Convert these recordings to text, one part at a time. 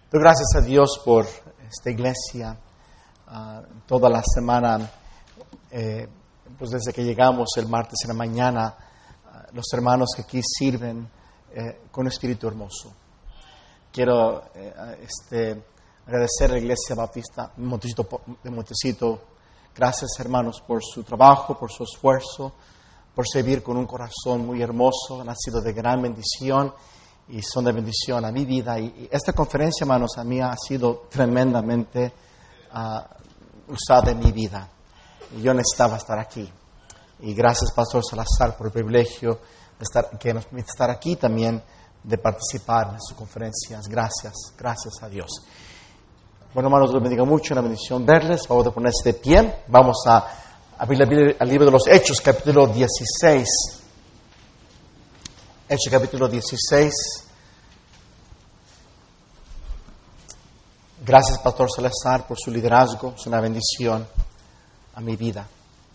Doy gracias a Dios por esta iglesia. Toda la semana, pues desde que llegamos el martes en la mañana, los hermanos que aquí sirven con un espíritu hermoso. Quiero agradecer a la Iglesia Bautista de Montecito. Gracias, hermanos, por su trabajo, por su esfuerzo, por servir con un corazón muy hermoso. Han sido de gran bendición y son de bendición a mi vida. Y esta conferencia, hermanos, a mí ha sido tremendamente usada en mi vida. Y yo necesitaba estar aquí. Y gracias, Pastor Salazar, por el privilegio que nos permite estar aquí también, de participar en sus conferencias. Gracias a Dios. Bueno, hermanos, Dios bendiga mucho, una bendición verles. Vamos a ponerse de pie. Vamos a abrir el libro de los Hechos, capítulo 16. Hechos, capítulo 16. Gracias, Pastor Salazar, por su liderazgo. Es una bendición a mi vida.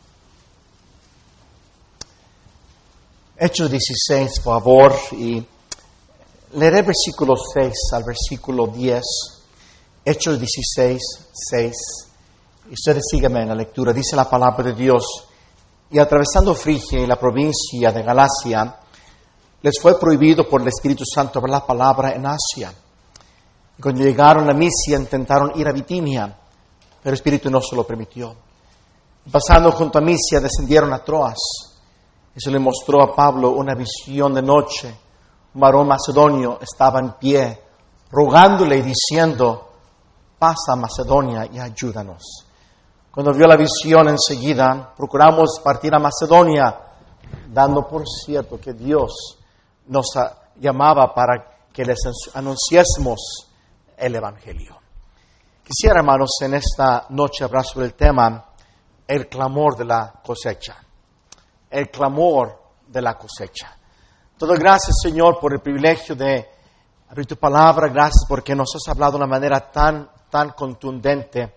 Hechos 16, por favor, y leeré versículo 6 al versículo 10. Hechos 16, 6. Y ustedes síganme en la lectura. Dice la palabra de Dios: y atravesando Frigia y la provincia de Galacia, les fue prohibido por el Espíritu Santo hablar la palabra en Asia. Y cuando llegaron a Misia, intentaron ir a Bitinia, pero el Espíritu no se lo permitió. Y pasando junto a Misia, descendieron a Troas. Y se le mostró a Pablo una visión de noche. Un varón macedonio estaba en pie, rogándole y diciendo: pasa a Macedonia y ayúdanos. Cuando vio la visión enseguida, procuramos partir a Macedonia, dando por cierto que Dios nos llamaba para que les anunciásemos el Evangelio. Quisiera, hermanos, en esta noche hablar sobre el tema: el clamor de la cosecha. El clamor de la cosecha. Todo gracias, Señor, por el privilegio de abrir tu palabra. Gracias porque nos has hablado de una manera tan contundente.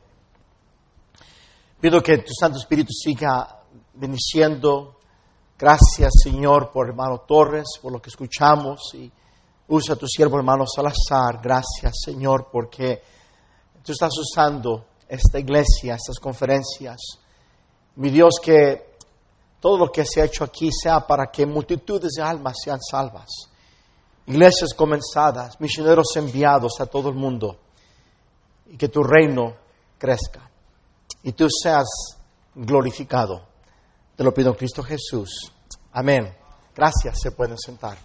Pido que tu Santo Espíritu siga bendiciendo. Gracias, Señor, por hermano Torres, por lo que escuchamos. Y usa a tu siervo, hermano Salazar. Gracias, Señor, porque tú estás usando esta iglesia, estas conferencias. Mi Dios, que todo lo que se ha hecho aquí sea para que multitudes de almas sean salvas. Iglesias comenzadas, misioneros enviados a todo el mundo. Y que tu reino crezca. Y tú seas glorificado. Te lo pido en Cristo Jesús. Amén. Gracias, se pueden sentar.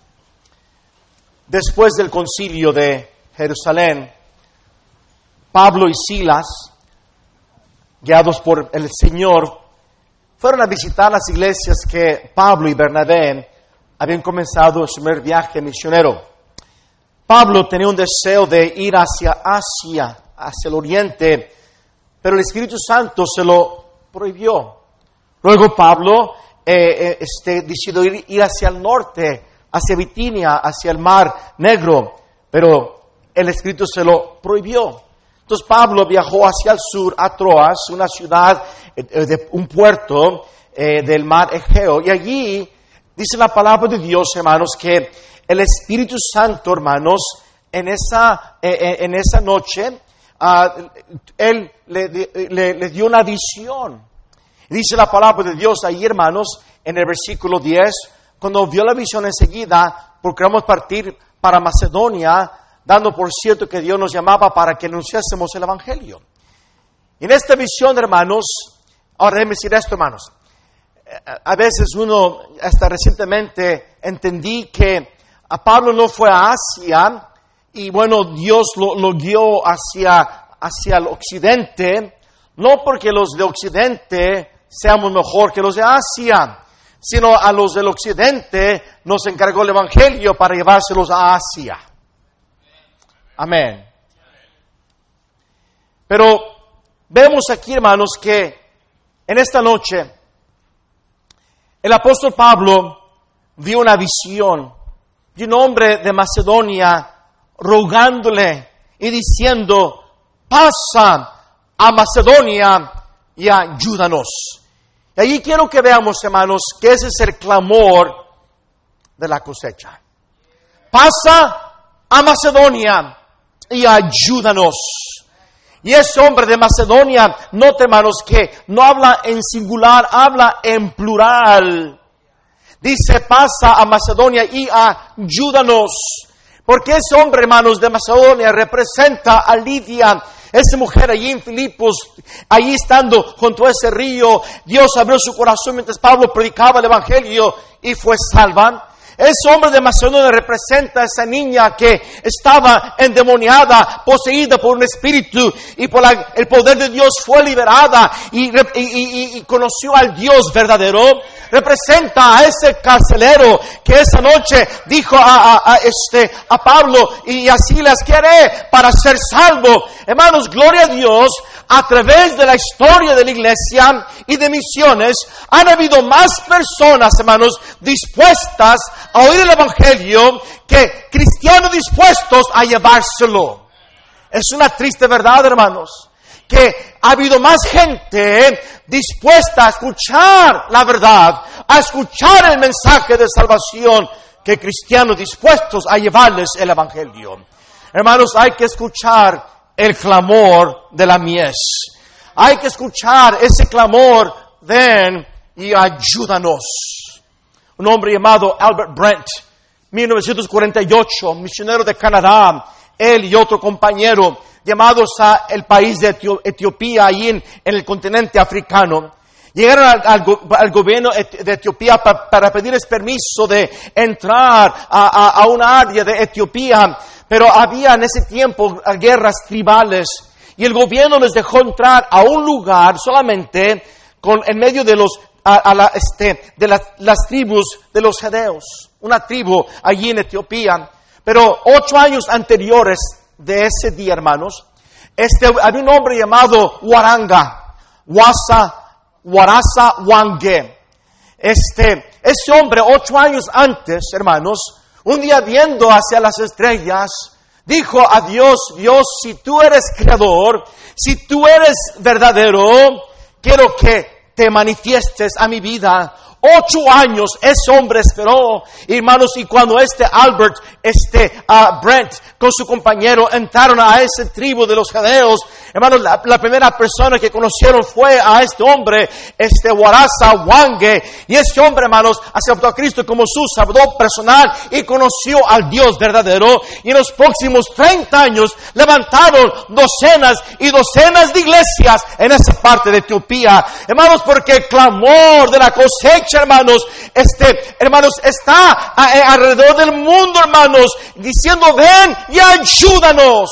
Después del concilio de Jerusalén, Pablo y Silas, guiados por el Señor, fueron a visitar las iglesias que Pablo y Bernabé habían comenzado su primer viaje misionero. Pablo tenía un deseo de ir hacia Asia, hacia el oriente, pero el Espíritu Santo se lo prohibió. Luego Pablo decidió ir hacia el norte, hacia Bitinia, hacia el Mar Negro, pero el Espíritu se lo prohibió. Entonces Pablo viajó hacia el sur, a Troas, una ciudad, un puerto del mar Egeo. Y allí dice la palabra de Dios, hermanos, que el Espíritu Santo, hermanos, en esa noche, Él le dio una visión. Dice la palabra de Dios ahí, hermanos, en el versículo 10, cuando vio la visión enseguida, procuramos partir para Macedonia, dando por cierto que Dios nos llamaba para que anunciásemos el Evangelio. Y en esta visión, hermanos, ahora déjenme decir esto, hermanos. A veces hasta recientemente entendí que a Pablo no fue a Asia, y bueno, Dios lo guió hacia el occidente, no porque los de occidente seamos mejor que los de Asia, sino a los del occidente nos encargó el Evangelio para llevárselos a Asia. Amén. Pero vemos aquí, hermanos, que en esta noche el apóstol Pablo vio una visión de un hombre de Macedonia rogándole y diciendo: pasa a Macedonia y ayúdanos. Y allí quiero que veamos, hermanos, que ese es el clamor de la cosecha. Pasa a Macedonia y ayúdanos. Y ese hombre de Macedonia, note hermanos que no habla en singular, habla en plural. Dice, pasa a Macedonia y ayúdanos. Porque ese hombre, hermanos, de Macedonia representa a Lidia, esa mujer allí en Filipos, allí estando junto a ese río. Dios abrió su corazón mientras Pablo predicaba el Evangelio y fue salva. Ese hombre de Macedonia representa a esa niña que estaba endemoniada, poseída por un espíritu, y por el poder de Dios fue liberada y conoció al Dios verdadero. Representa a ese carcelero que esa noche dijo a Pablo y a Silas, ¿qué haré para ser salvo? Hermanos, gloria a Dios. A través de la historia de la iglesia y de misiones, han habido más personas, hermanos, dispuestas a oír el Evangelio que cristianos dispuestos a llevárselo. Es una triste verdad, hermanos, que ha habido más gente dispuesta a escuchar la verdad, a escuchar el mensaje de salvación, que cristianos dispuestos a llevarles el Evangelio. Hermanos, hay que escuchar el clamor de la mies. Hay que escuchar ese clamor, ven y ayúdanos. Un hombre llamado Albert Brent, 1948, misionero de Canadá, él y otro compañero, llamados a el país de Etiopía, allí en el continente africano. Llegaron al gobierno de Etiopía para pedirles permiso de entrar a una área de Etiopía, pero había en ese tiempo guerras tribales y el gobierno les dejó entrar a un lugar solamente en medio de las tribus de los Gedeos, una tribu allí en Etiopía. Pero 8 años anteriores de ese día, hermanos, había un hombre llamado Warasa Wange. Ese hombre 8 años antes, hermanos, un día viendo hacia las estrellas, dijo a Dios, Dios, si tú eres creador, si tú eres verdadero, quiero que te manifiestes a mi vida. 8 años ese hombre esperó, hermanos, y cuando Brent con su compañero entraron a esa tribu de los Gedeos, hermanos, la primera persona que conocieron fue a este hombre, Warasa Wange, y este hombre, hermanos, aceptó a Cristo como su salvador personal y conoció al Dios verdadero, y en los próximos 30 años levantaron docenas y docenas de iglesias en esa parte de Etiopía, hermanos, porque el clamor de la cosecha, hermanos, está alrededor del mundo, hermanos, diciendo, ven y ayúdanos.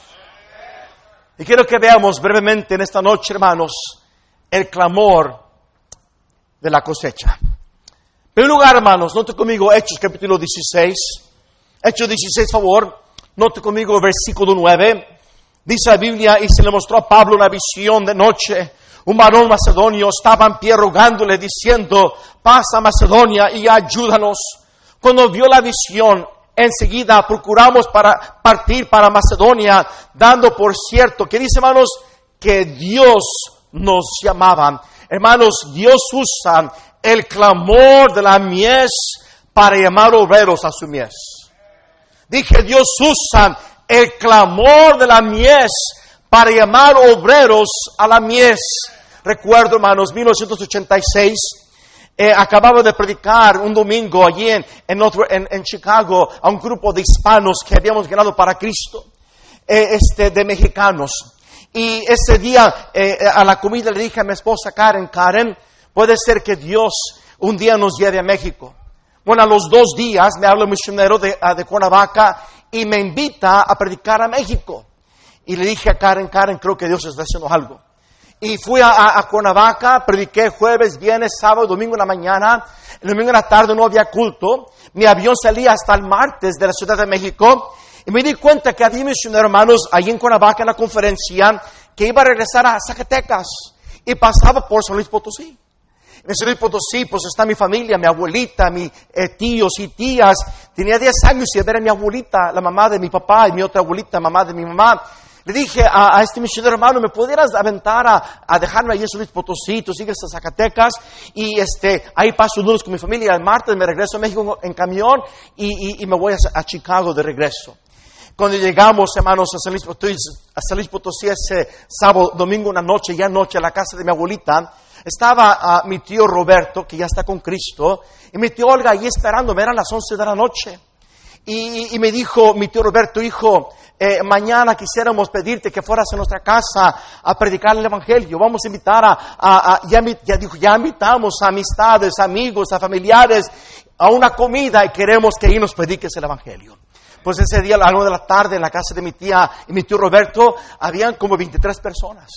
Y quiero que veamos brevemente en esta noche, hermanos, el clamor de la cosecha. En primer lugar, hermanos, note conmigo Hechos capítulo 16. Hechos 16, favor. Note conmigo versículo 9. Dice la Biblia, y se le mostró a Pablo una visión de noche. Un varón macedonio estaba en pie rogándole, diciendo, pasa a Macedonia y ayúdanos. Cuando vio la visión, enseguida procuramos partir para Macedonia, dando por cierto, que dice, hermanos, que Dios nos llamaba. Hermanos, Dios usa el clamor de la mies para llamar obreros a su mies. Dije, Dios usa el clamor de la mies para llamar obreros a la mies. Recuerdo, hermanos, 1986, acababa de predicar un domingo allí en Chicago a un grupo de hispanos que habíamos ganado para Cristo, de mexicanos. Y ese día a la comida le dije a mi esposa Karen, puede ser que Dios un día nos lleve a México. Bueno, a los 2 días me habla el misionero de Cuernavaca y me invita a predicar a México. Y le dije a Karen, creo que Dios está haciendo algo. Y fui a Cuernavaca, prediqué jueves, viernes, sábado, domingo en la mañana. El domingo en la tarde no había culto. Mi avión salía hasta el martes de la Ciudad de México. Y me di cuenta que había misioneros, hermanos, allí en Cuernavaca en la conferencia, que iba a regresar a Zacatecas. Y pasaba por San Luis Potosí. En San Luis Potosí, pues está mi familia, mi abuelita, mis tíos y tías. Tenía 10 años y ver a mi abuelita, la mamá de mi papá, y mi otra abuelita, mamá de mi mamá. Le dije a este misionero, hermano, ¿me pudieras aventar a dejarme allí en San Luis Potosí? Tú sigues a Zacatecas y ahí paso lunes con mi familia. El martes me regreso a México en camión y me voy a Chicago de regreso. Cuando llegamos, hermanos, a San Luis Potosí ese sábado, domingo, una noche, ya noche, a la casa de mi abuelita, estaba mi tío Roberto, que ya está con Cristo, y mi tío Olga ahí esperándome, eran las 11 de la noche. Y me dijo mi tío Roberto, hijo, mañana quisiéramos pedirte que fueras a nuestra casa a predicar el Evangelio. Vamos a invitar ya invitamos a amistades, amigos, a familiares a una comida y queremos que ahí nos prediques el Evangelio. Pues ese día a las 9 de la tarde en la casa de mi tía y mi tío Roberto habían como 23 personas.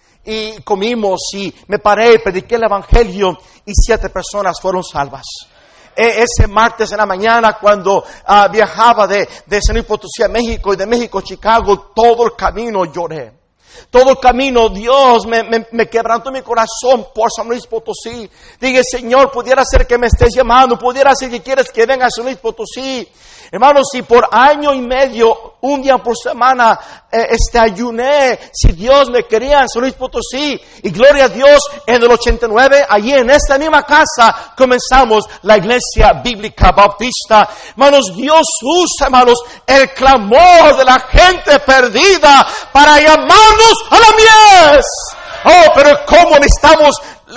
Y comimos y me paré y prediqué el Evangelio y 7 personas fueron salvas. Ese martes en la mañana cuando viajaba de San Luis Potosí a México y de México a Chicago, todo el camino lloré. Todo el camino Dios me quebrantó mi corazón por San Luis Potosí. Dije, Señor, pudiera ser que me estés llamando, pudiera ser que quieres que venga a San Luis Potosí. Hermanos, si por año y medio, un día por semana, ayuné, si Dios me quería en San Luis Potosí, y gloria a Dios, en el 89, allí en esta misma casa, comenzamos la iglesia bíblica bautista. Hermanos, Dios usa, hermanos, el clamor de la gente perdida para llamarnos a la mies. Oh, pero cómo necesitamos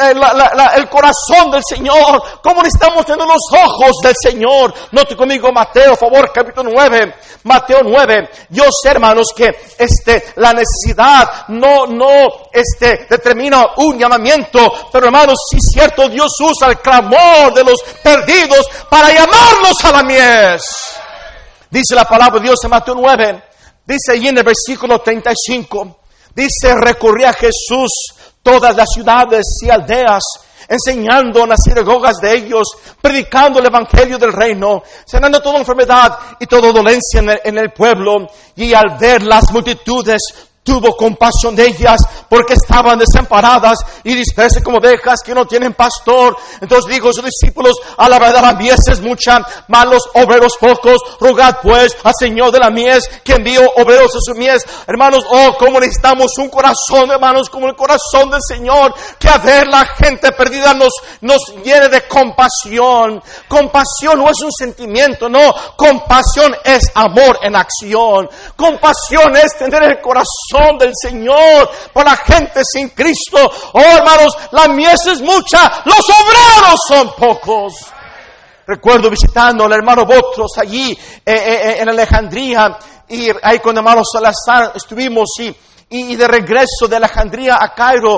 el corazón del Señor, cómo necesitamos tener los ojos del Señor. Note conmigo Mateo, por favor, capítulo 9, Mateo 9. Yo sé, hermanos, que la necesidad no determina un llamamiento, pero hermanos, sí es cierto, Dios usa el clamor de los perdidos para llamarlos a la mies. Dice la palabra de Dios en Mateo 9, dice allí en el versículo 35, dice, recorría Jesús todas las ciudades y aldeas, enseñando en las sinagogas de ellos, predicando el evangelio del reino, sanando toda enfermedad y toda dolencia en el pueblo. Y al ver las multitudes, tuvo compasión de ellas, porque estaban desamparadas y dispersas como ovejas que no tienen pastor. Entonces dijo a sus discípulos, a la verdad la mies es mucha, mas los obreros pocos. Rogad pues al Señor de la mies que envíe obreros a su mies. Hermanos, oh, cómo necesitamos un corazón, hermanos, como el corazón del Señor, que a ver la gente perdida nos llene de compasión. Compasión no es un sentimiento, no. Compasión es amor en acción. Compasión es tener el corazón del Señor por la gente sin Cristo. Oh, hermanos, la mies es mucha, los obreros son pocos. Recuerdo visitando al hermano Botros allí en Alejandría, y ahí con el hermano Salazar estuvimos y de regreso de Alejandría a Cairo,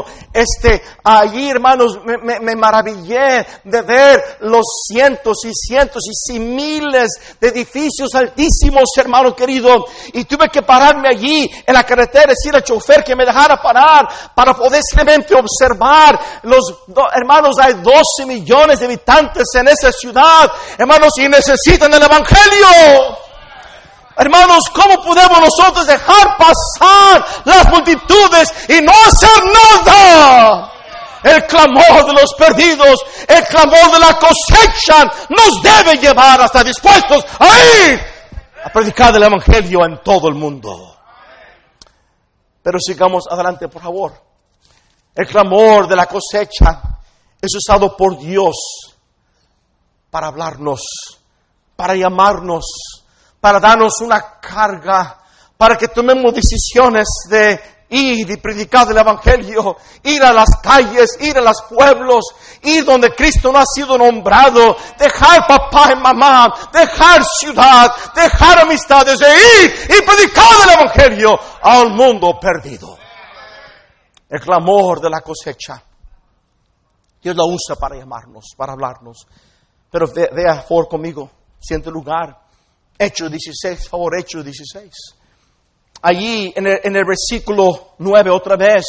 allí, hermanos, me maravillé de ver los cientos y cientos y miles de edificios altísimos, hermano querido, y tuve que pararme allí en la carretera, decir al chofer que me dejara parar para poder simplemente observar hermanos, hay 12 millones de habitantes en esa ciudad, hermanos, y necesitan el evangelio. Hermanos, ¿cómo podemos nosotros dejar pasar las multitudes y no hacer nada? El clamor de los perdidos, el clamor de la cosecha nos debe llevar hasta dispuestos a ir a predicar el evangelio en todo el mundo. Pero sigamos adelante, por favor. El clamor de la cosecha es usado por Dios para hablarnos, para llamarnos, para darnos una carga, para que tomemos decisiones de ir y predicar el evangelio, ir a las calles, ir a los pueblos, ir donde Cristo no ha sido nombrado, dejar papá y mamá, dejar ciudad, dejar amistades, de ir y predicar el evangelio a un mundo perdido. El clamor de la cosecha, Dios la usa para llamarnos, para hablarnos. Pero vea, por favor, conmigo, siente lugar. Hechos 16, por favor, Hechos 16. Allí en el versículo 9 otra vez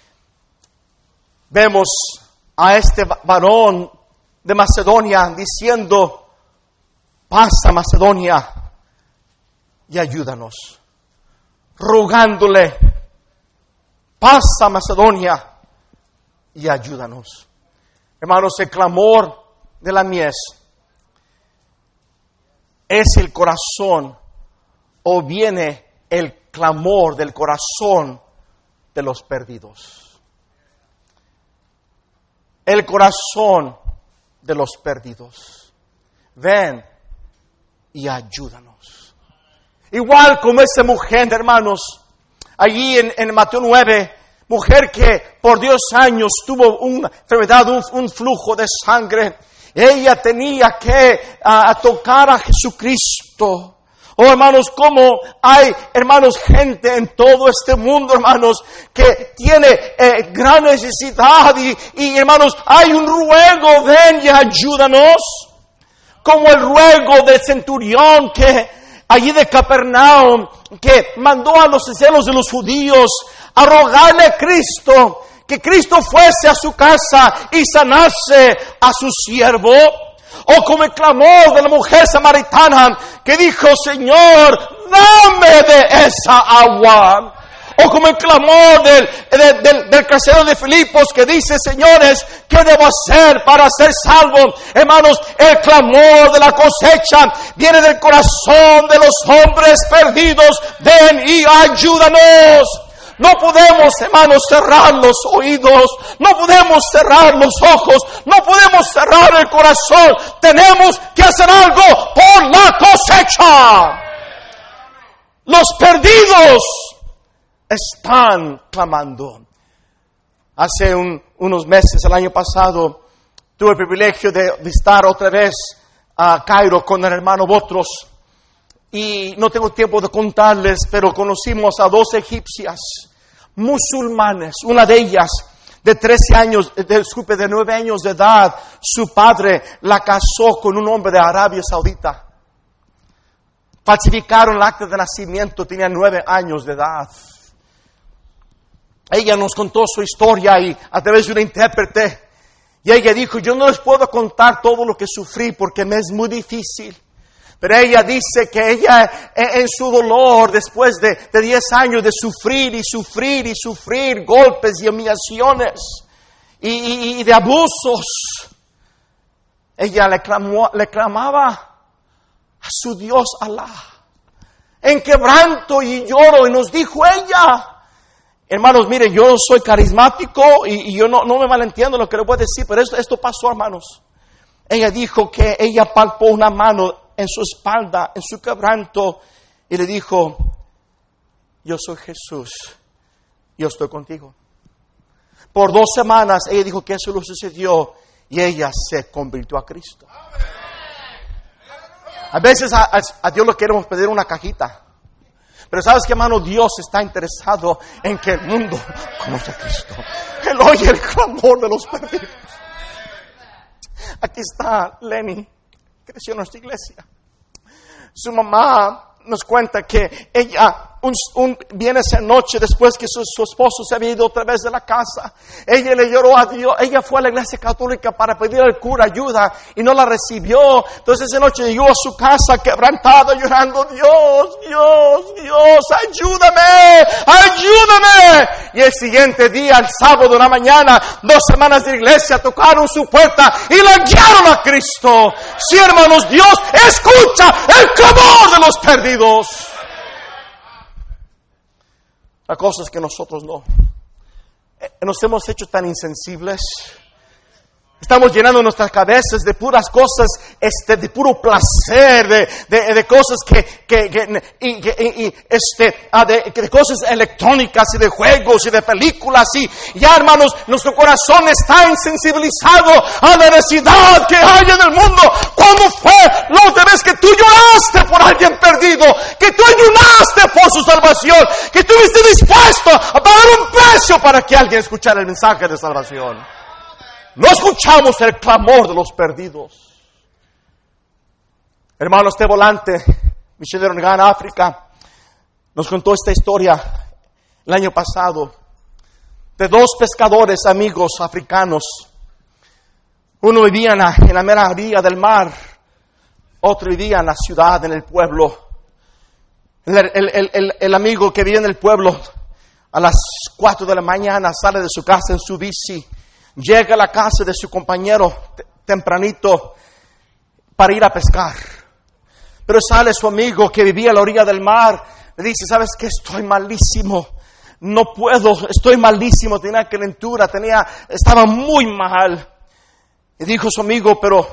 vemos a este varón de Macedonia diciendo, pasa Macedonia y ayúdanos. Rogándole, pasa Macedonia y ayúdanos. Hermanos, el clamor de la mies es el corazón, o viene el clamor del corazón de los perdidos. El corazón de los perdidos. Ven y ayúdanos. Igual como esa mujer, hermanos, allí en Mateo 9, mujer que por 10 años tuvo una enfermedad, un flujo de sangre. Ella tenía que tocar a Jesucristo. Oh, hermanos, como hay, hermanos, gente en todo este mundo, hermanos, que tiene gran necesidad y, hermanos, hay un ruego, ven y ayúdanos. Como el ruego del centurión que allí de Capernaum, que mandó a los ancianos de los judíos a rogarle a Cristo, que Cristo fuese a su casa y sanase a su siervo. O como el clamor de la mujer samaritana que dijo, Señor, dame de esa agua. O como el clamor del carcelero de Filipos que dice, señores, ¿qué debo hacer para ser salvo? Hermanos, el clamor de la cosecha viene del corazón de los hombres perdidos. Ven y ayúdanos. No podemos, hermanos, cerrar los oídos. No podemos cerrar los ojos. No podemos cerrar el corazón. Tenemos que hacer algo por la cosecha. Los perdidos están clamando. Hace unos meses, el año pasado, tuve el privilegio de visitar otra vez a Cairo con el hermano Botros. Y no tengo tiempo de contarles, pero conocimos a 2 egipcias musulmanes. Una de ellas, de 9 años de edad, su padre la casó con un hombre de Arabia Saudita. Falsificaron el acta de nacimiento, tenía 9 años de edad. Ella nos contó su historia y a través de un intérprete. Y ella dijo, yo no les puedo contar todo lo que sufrí porque me es muy difícil. Pero ella dice que ella en su dolor, después de 10 años de sufrir y sufrir y sufrir golpes y humillaciones y de abusos, ella le clamaba a su Dios Alá en quebranto y lloro. Y nos dijo ella, hermanos, miren, yo soy carismático y yo no me malentiendo lo que le voy a decir, pero esto pasó, hermanos. Ella dijo que ella palpó una mano en su espalda, en su quebranto, y le dijo, yo soy Jesús, yo estoy contigo. Por 2 semanas ella dijo que eso le sucedió y ella se convirtió a Cristo. A veces a Dios le queremos pedir una cajita. Pero ¿sabes qué, hermano? Dios está interesado en que el mundo conozca a Cristo. Él oye el clamor de los perdidos. Aquí está Lenny, creció en nuestra iglesia. Su mamá nos cuenta que ella viene esa noche después que su esposo se había ido otra vez de la casa. Ella le lloró a Dios. Ella fue a la iglesia católica para pedir al cura ayuda y no la recibió. Entonces esa noche llegó a su casa quebrantada, llorando, Dios, ayúdame. Y el siguiente día, el sábado de la mañana, 2 hermanas de iglesia tocaron su puerta y la guiaron a Cristo. Sí, hermanos, Dios escucha el clamor de los perdidos. La cosa es que nosotros no. Nos hemos hecho tan insensibles. Estamos llenando nuestras cabezas de puras cosas, de puro placer, de cosas de cosas electrónicas y de juegos y de películas y ya, hermanos, nuestro corazón está insensibilizado a la necesidad que hay en el mundo. ¿Cuándo fue la última vez que tú lloraste por alguien perdido? Que tú ayunaste por su salvación, que estuviste dispuesto a pagar un precio para que alguien escuchara el mensaje de salvación. No escuchamos el clamor de los perdidos. Hermano este volante, misionero en Ghana, África, nos contó esta historia el año pasado de 2 pescadores amigos africanos. Uno vivía en la mera orilla del mar, otro vivía en la ciudad, en el pueblo. El amigo que vive en el pueblo a las 4 de la mañana sale de su casa en su bici. Llega a la casa de su compañero tempranito para ir a pescar. Pero sale su amigo que vivía a la orilla del mar. Le dice, ¿sabes qué? Estoy malísimo. No puedo, estoy malísimo. Tenía calentura, estaba muy mal. Y dijo su amigo, pero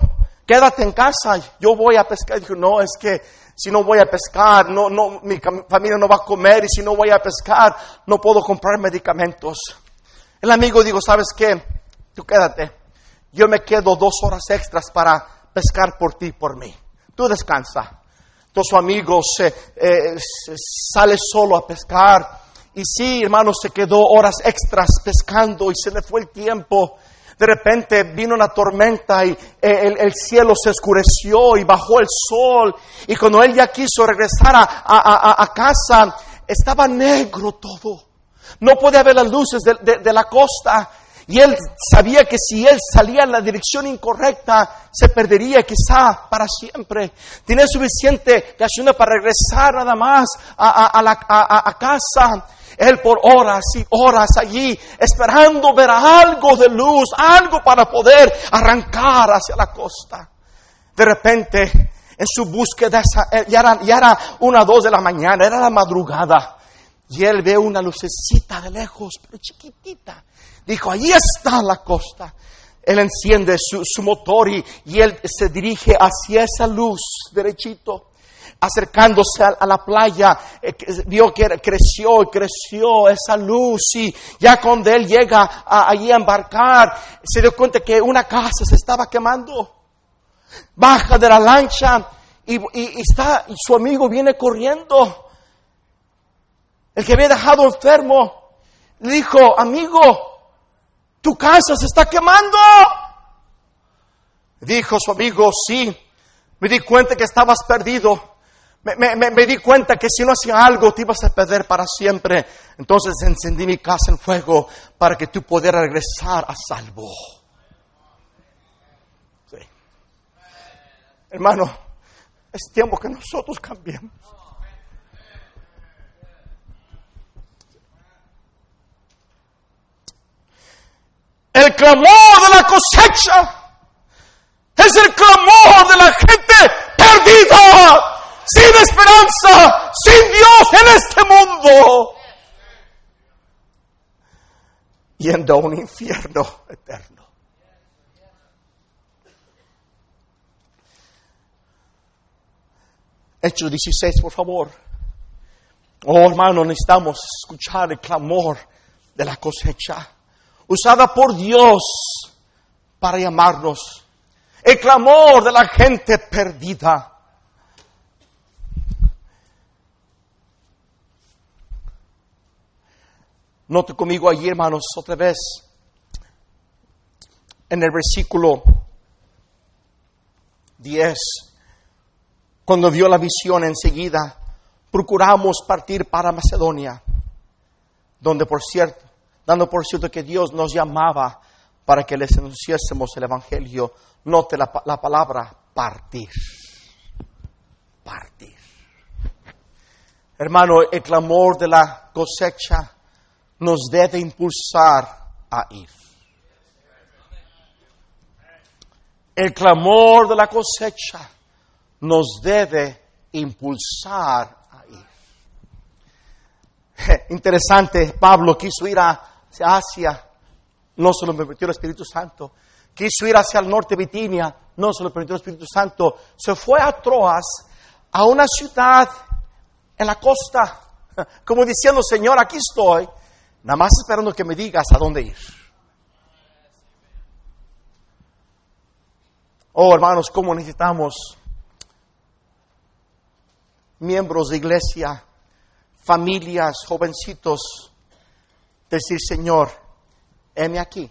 quédate en casa, yo voy a pescar. Dijo, no, es que si no voy a pescar, mi familia no va a comer, y si no voy a pescar, no puedo comprar medicamentos. El amigo dijo, ¿sabes qué? Tú quédate. Yo me quedo 2 horas extras para pescar por ti y por mí. Tú descansa. Entonces su amigo sale solo a pescar. Y sí, hermano, se quedó horas extras pescando y se le fue el tiempo. De repente vino una tormenta y el cielo se oscureció y bajó el sol. Y cuando él ya quiso regresar a casa, estaba negro todo. No podía ver las luces de la costa. Y él sabía que si él salía en la dirección incorrecta, se perdería quizá para siempre. Tenía suficiente gasolina para regresar nada más a casa. Él por horas y horas allí, esperando ver algo de luz, algo para poder arrancar hacia la costa. De repente, en su búsqueda, ya era 1 o 2 de la mañana, era la madrugada. Y él ve una lucecita de lejos, pero chiquitita. Dijo, ahí está la costa. Él enciende su motor y él se dirige hacia esa luz derechito. Acercándose a la playa, vio que creció esa luz. Y ya cuando él llega allí a embarcar, se dio cuenta que una casa se estaba quemando. Baja de la lancha y su amigo viene corriendo. El que había dejado enfermo le dijo, amigo, tu casa se está quemando. Dijo su amigo, sí, me di cuenta que estabas perdido. Me di cuenta que si no hacía algo te ibas a perder para siempre. Entonces encendí mi casa en fuego para que tú pudieras regresar a salvo. Sí. Hermano, es tiempo que nosotros cambiemos. El clamor de la cosecha es el clamor de la gente perdida, sin esperanza, sin Dios en este mundo, yendo a un infierno eterno. Hechos 16, por favor. Oh, hermano, necesitamos escuchar el clamor de la cosecha, usada por Dios para llamarnos. El clamor de la gente perdida. Note conmigo allí, hermanos, otra vez, en el versículo 10, cuando vio la visión enseguida, procuramos partir para Macedonia, dando por cierto que Dios nos llamaba para que les anunciásemos el Evangelio. Note la palabra partir. Partir. Hermano, el clamor de la cosecha nos debe impulsar a ir. El clamor de la cosecha nos debe impulsar a ir. Interesante, Pablo quiso ir hacia Asia, no se lo permitió el Espíritu Santo. Quiso ir hacia el norte de Bitinia, no se lo permitió el Espíritu Santo. Se fue a Troas, a una ciudad en la costa, como diciendo, Señor, aquí estoy, nada más esperando que me digas a dónde ir. Oh, hermanos, cómo necesitamos miembros de iglesia, familias, jovencitos, decir, Señor, heme aquí.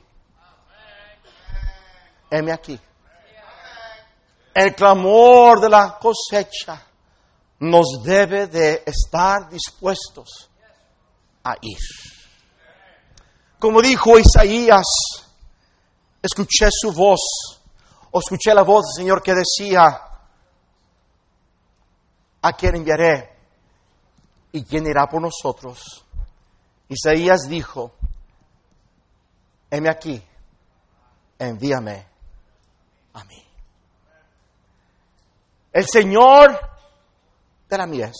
Heme aquí. El clamor de la cosecha nos debe de estar dispuestos a ir. Como dijo Isaías, escuché su voz, o escuché la voz del Señor que decía, ¿a quién enviaré? ¿Y quién irá por nosotros? Isaías dijo, heme aquí, envíame a mí. El Señor de la mies,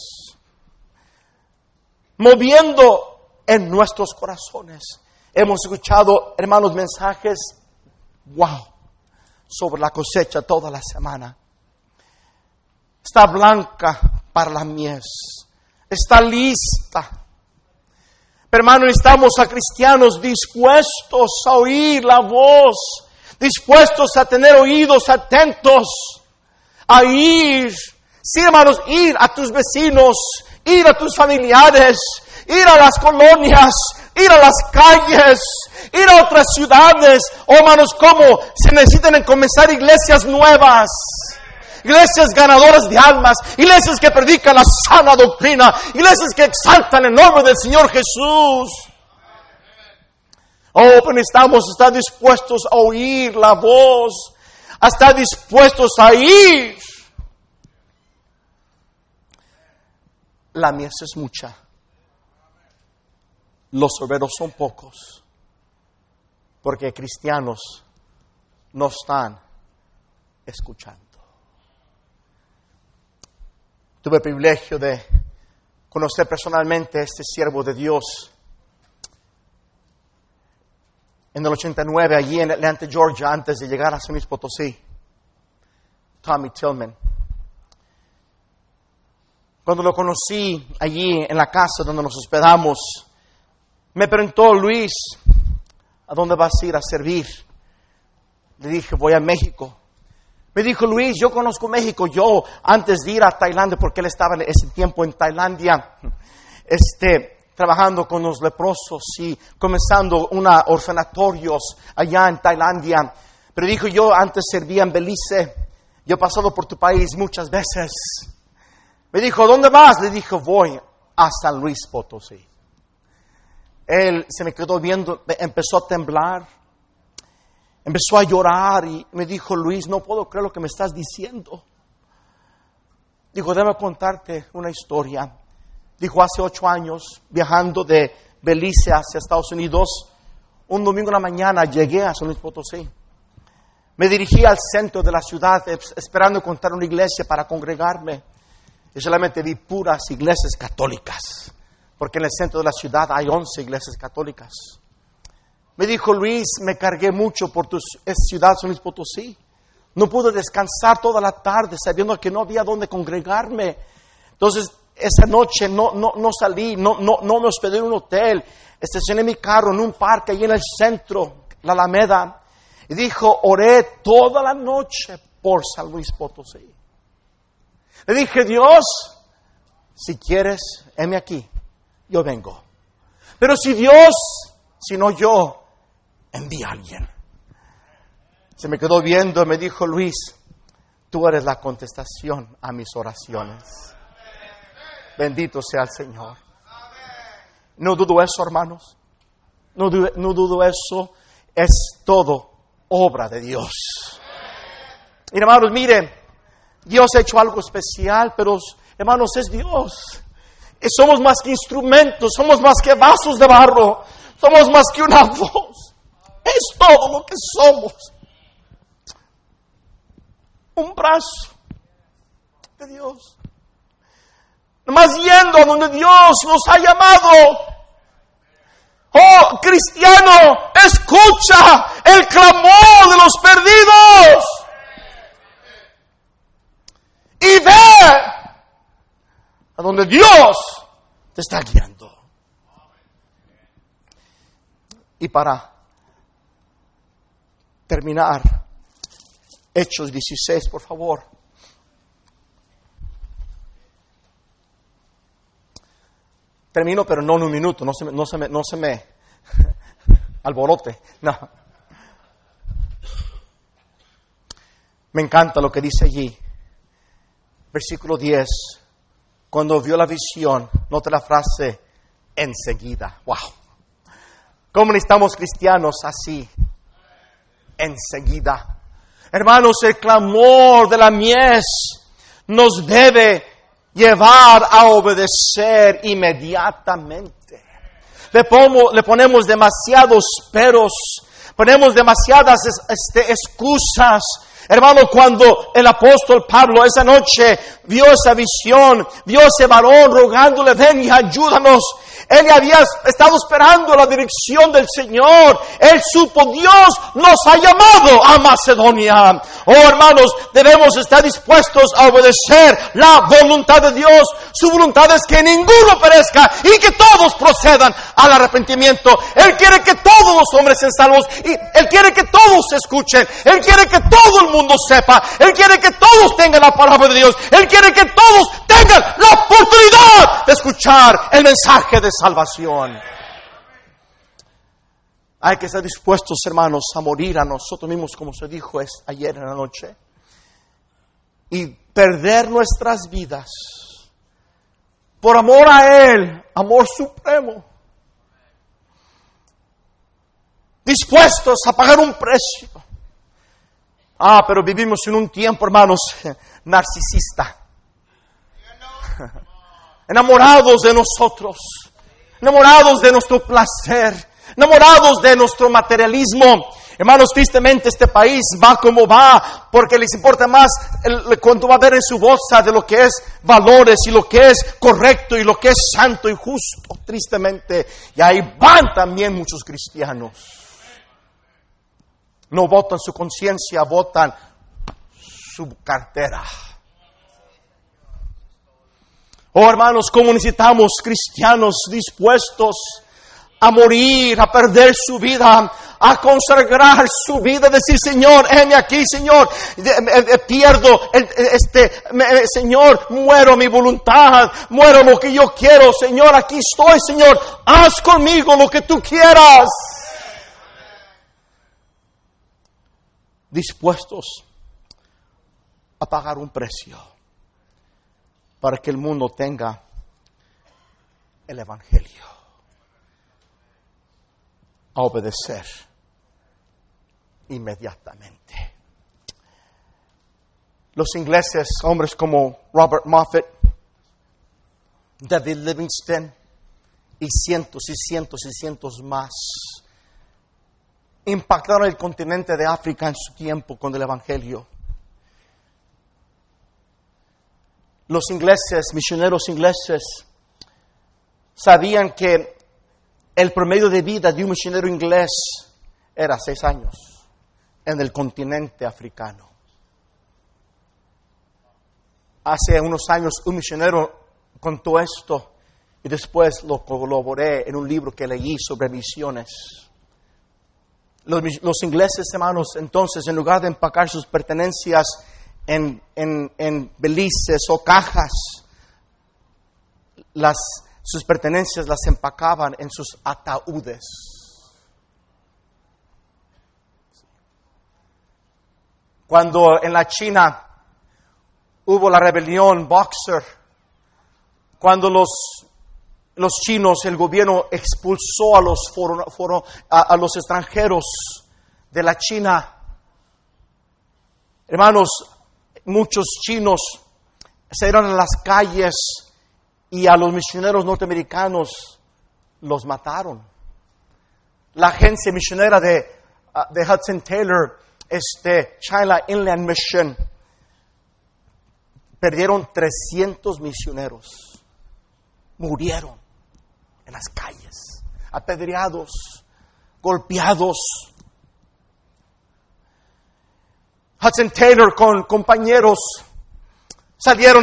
moviendo en nuestros corazones. Hemos escuchado, hermanos, mensajes, wow, sobre la cosecha toda la semana. Está blanca para la mies. Está lista. Pero hermano, necesitamos a cristianos dispuestos a oír la voz, dispuestos a tener oídos atentos, a ir. Sí, hermanos, ir a tus vecinos, ir a tus familiares, ir a las colonias, ir a las calles, ir a otras ciudades. Oh, hermanos, ¿cómo se necesitan comenzar iglesias nuevas? Iglesias ganadoras de almas, iglesias que predican la sana doctrina, iglesias que exaltan el nombre del Señor Jesús. Oh, pero necesitamos estar dispuestos a oír la voz, a estar dispuestos a ir. La mies es mucha, los obreros son pocos, porque cristianos no están escuchando. Tuve el privilegio de conocer personalmente a este siervo de Dios en el 89, allí en Atlanta, Georgia, antes de llegar a San Luis Potosí. Tommy Tillman. Cuando lo conocí allí en la casa donde nos hospedamos, me preguntó: Luis, ¿a dónde vas a ir a servir? Le dije: voy a México. Me dijo: Luis, yo conozco México. Yo, antes de ir a Tailandia, porque él estaba en ese tiempo en Tailandia, trabajando con los leprosos y comenzando orfanatorios allá en Tailandia. Pero dijo: yo antes servía en Belice. Yo he pasado por tu país muchas veces. Me dijo: ¿dónde vas? Le dije: voy a San Luis Potosí. Él se me quedó viendo, empezó a temblar. Empezó a llorar y me dijo: Luis, no puedo creer lo que me estás diciendo. Dijo: déjame contarte una historia. Dijo: hace 8 años, viajando de Belice hacia Estados Unidos, un domingo en la mañana llegué a San Luis Potosí. Me dirigí al centro de la ciudad esperando encontrar una iglesia para congregarme. Y solamente vi puras iglesias católicas, porque en el centro de la ciudad hay 11 iglesias católicas. Me dijo: Luis, me cargué mucho por tu ciudad, San Luis Potosí. No pude descansar toda la tarde sabiendo que no había dónde congregarme. Entonces, esa noche no salí, no me hospedé en un hotel. Estacioné mi carro en un parque allí en el centro, la Alameda. Y dijo: oré toda la noche por San Luis Potosí. Le dije: Dios, si quieres, heme aquí, yo vengo. Pero si no yo, envía a alguien. Se me quedó viendo y me dijo: Luis, tú eres la contestación a mis oraciones. Bendito sea el Señor. No dudo eso, hermanos. No dudo eso. Es todo obra de Dios. Y hermanos, miren, Dios ha hecho algo especial, pero hermanos, es Dios. Y somos más que instrumentos, somos más que vasos de barro, somos más que una voz. Es todo lo que somos. Un brazo de Dios. Nomás yendo a donde Dios nos ha llamado. Oh, cristiano, escucha el clamor de los perdidos. Y ve a donde Dios te está guiando. Y para terminar, Hechos 16, por favor. Termino, pero no en un minuto, no se me alborote. No. Me encanta lo que dice allí. Versículo 10. Cuando vio la visión, nota la frase: enseguida. Wow. ¿Cómo necesitamos cristianos así? Enseguida. Hermanos, el clamor de la mies nos debe llevar a obedecer inmediatamente. Le ponemos demasiados peros, ponemos demasiadas excusas Hermano, cuando el apóstol Pablo esa noche vio esa visión, vio ese varón rogándole, ven y ayúdanos. Él había estado esperando la dirección del Señor. Él supo, Dios nos ha llamado a Macedonia. Oh, hermanos, debemos estar dispuestos a obedecer la voluntad de Dios. Su voluntad es que ninguno perezca y que todos procedan al arrepentimiento. Él quiere que todos los hombres sean salvos y Él quiere que todos se escuchen. Él quiere que todo el mundo sepa. Él quiere que todos tengan la palabra de Dios. Él quiere que todos tengan la oportunidad de escuchar el mensaje de salvación. Hay que estar dispuestos, hermanos, a morir a nosotros mismos, como se dijo ayer en la noche, y perder nuestras vidas por amor a Él, amor supremo, dispuestos a pagar un precio. Pero vivimos en un tiempo, hermanos, narcisista, enamorados de nosotros, enamorados de nuestro placer, enamorados de nuestro materialismo. Hermanos, tristemente este país va como va porque les importa más cuanto va a haber en su bolsa de lo que es valores y lo que es correcto y lo que es santo y justo, tristemente. Y ahí van también muchos cristianos. No votan su conciencia, votan su cartera. Oh, hermanos, ¿cómo necesitamos cristianos dispuestos a morir, a perder su vida, a consagrar su vida, decir, Señor, heme aquí, Señor, pierdo, Señor, muero mi voluntad, muero lo que yo quiero, Señor, aquí estoy, Señor, haz conmigo lo que tú quieras. Dispuestos a pagar un precio para que el mundo tenga el Evangelio, a obedecer inmediatamente. Los ingleses, hombres como Robert Moffat, David Livingstone y cientos y cientos y cientos más, impactaron el continente de África en su tiempo con el Evangelio. Los ingleses, misioneros ingleses, sabían que el promedio de vida de un misionero inglés era 6 años en el continente africano. Hace unos años un misionero contó esto y después lo corroboré en un libro que leí sobre misiones. Los ingleses, hermanos, entonces, en lugar de empacar sus pertenencias en belices o cajas, sus pertenencias las empacaban en sus ataúdes. Cuando en la China hubo la rebelión Boxer, cuando los chinos, el gobierno expulsó a los extranjeros de la China, hermanos, muchos chinos salieron a las calles y a los misioneros norteamericanos los mataron. La agencia misionera de Hudson Taylor, China Inland Mission, perdieron 300 misioneros. Murieron en las calles, apedreados, golpeados. Hudson Taylor con compañeros salieron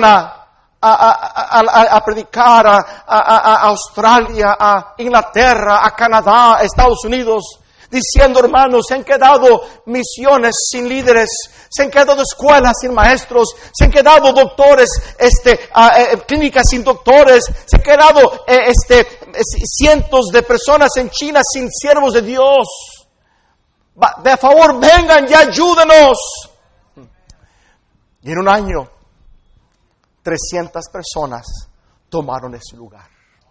a predicar a Australia, a Inglaterra, a Canadá, a Estados Unidos, diciendo, hermanos, se han quedado misiones sin líderes, se han quedado escuelas sin maestros, se han quedado doctores, clínicas sin doctores, se han quedado cientos de personas en China sin siervos de Dios. De favor, vengan y ayúdenos. Y en un año, 300 personas tomaron ese lugar.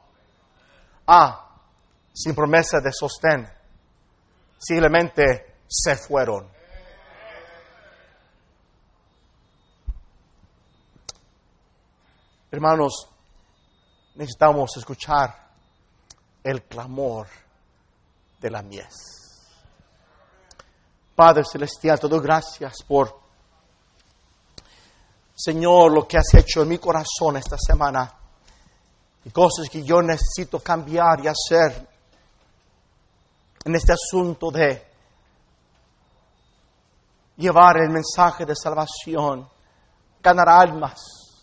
Sin promesa de sostén. Simplemente se fueron. Hermanos, necesitamos escuchar el clamor de la mies. Padre Celestial, te doy gracias por Señor, lo que has hecho en mi corazón esta semana y cosas que yo necesito cambiar y hacer en este asunto de llevar el mensaje de salvación, ganar almas.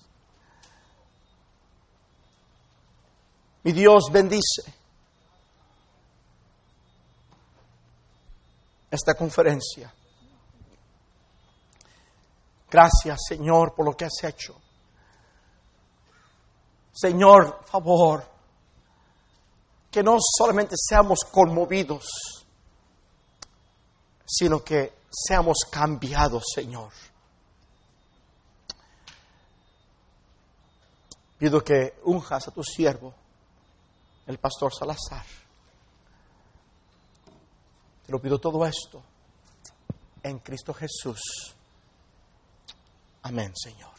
Mi Dios bendice esta conferencia. Gracias, Señor, por lo que has hecho. Señor, favor, que no solamente seamos conmovidos, sino que seamos cambiados, Señor. Pido que unjas a tu siervo, el pastor Salazar. Te lo pido todo esto en Cristo Jesús. Amén, Señor.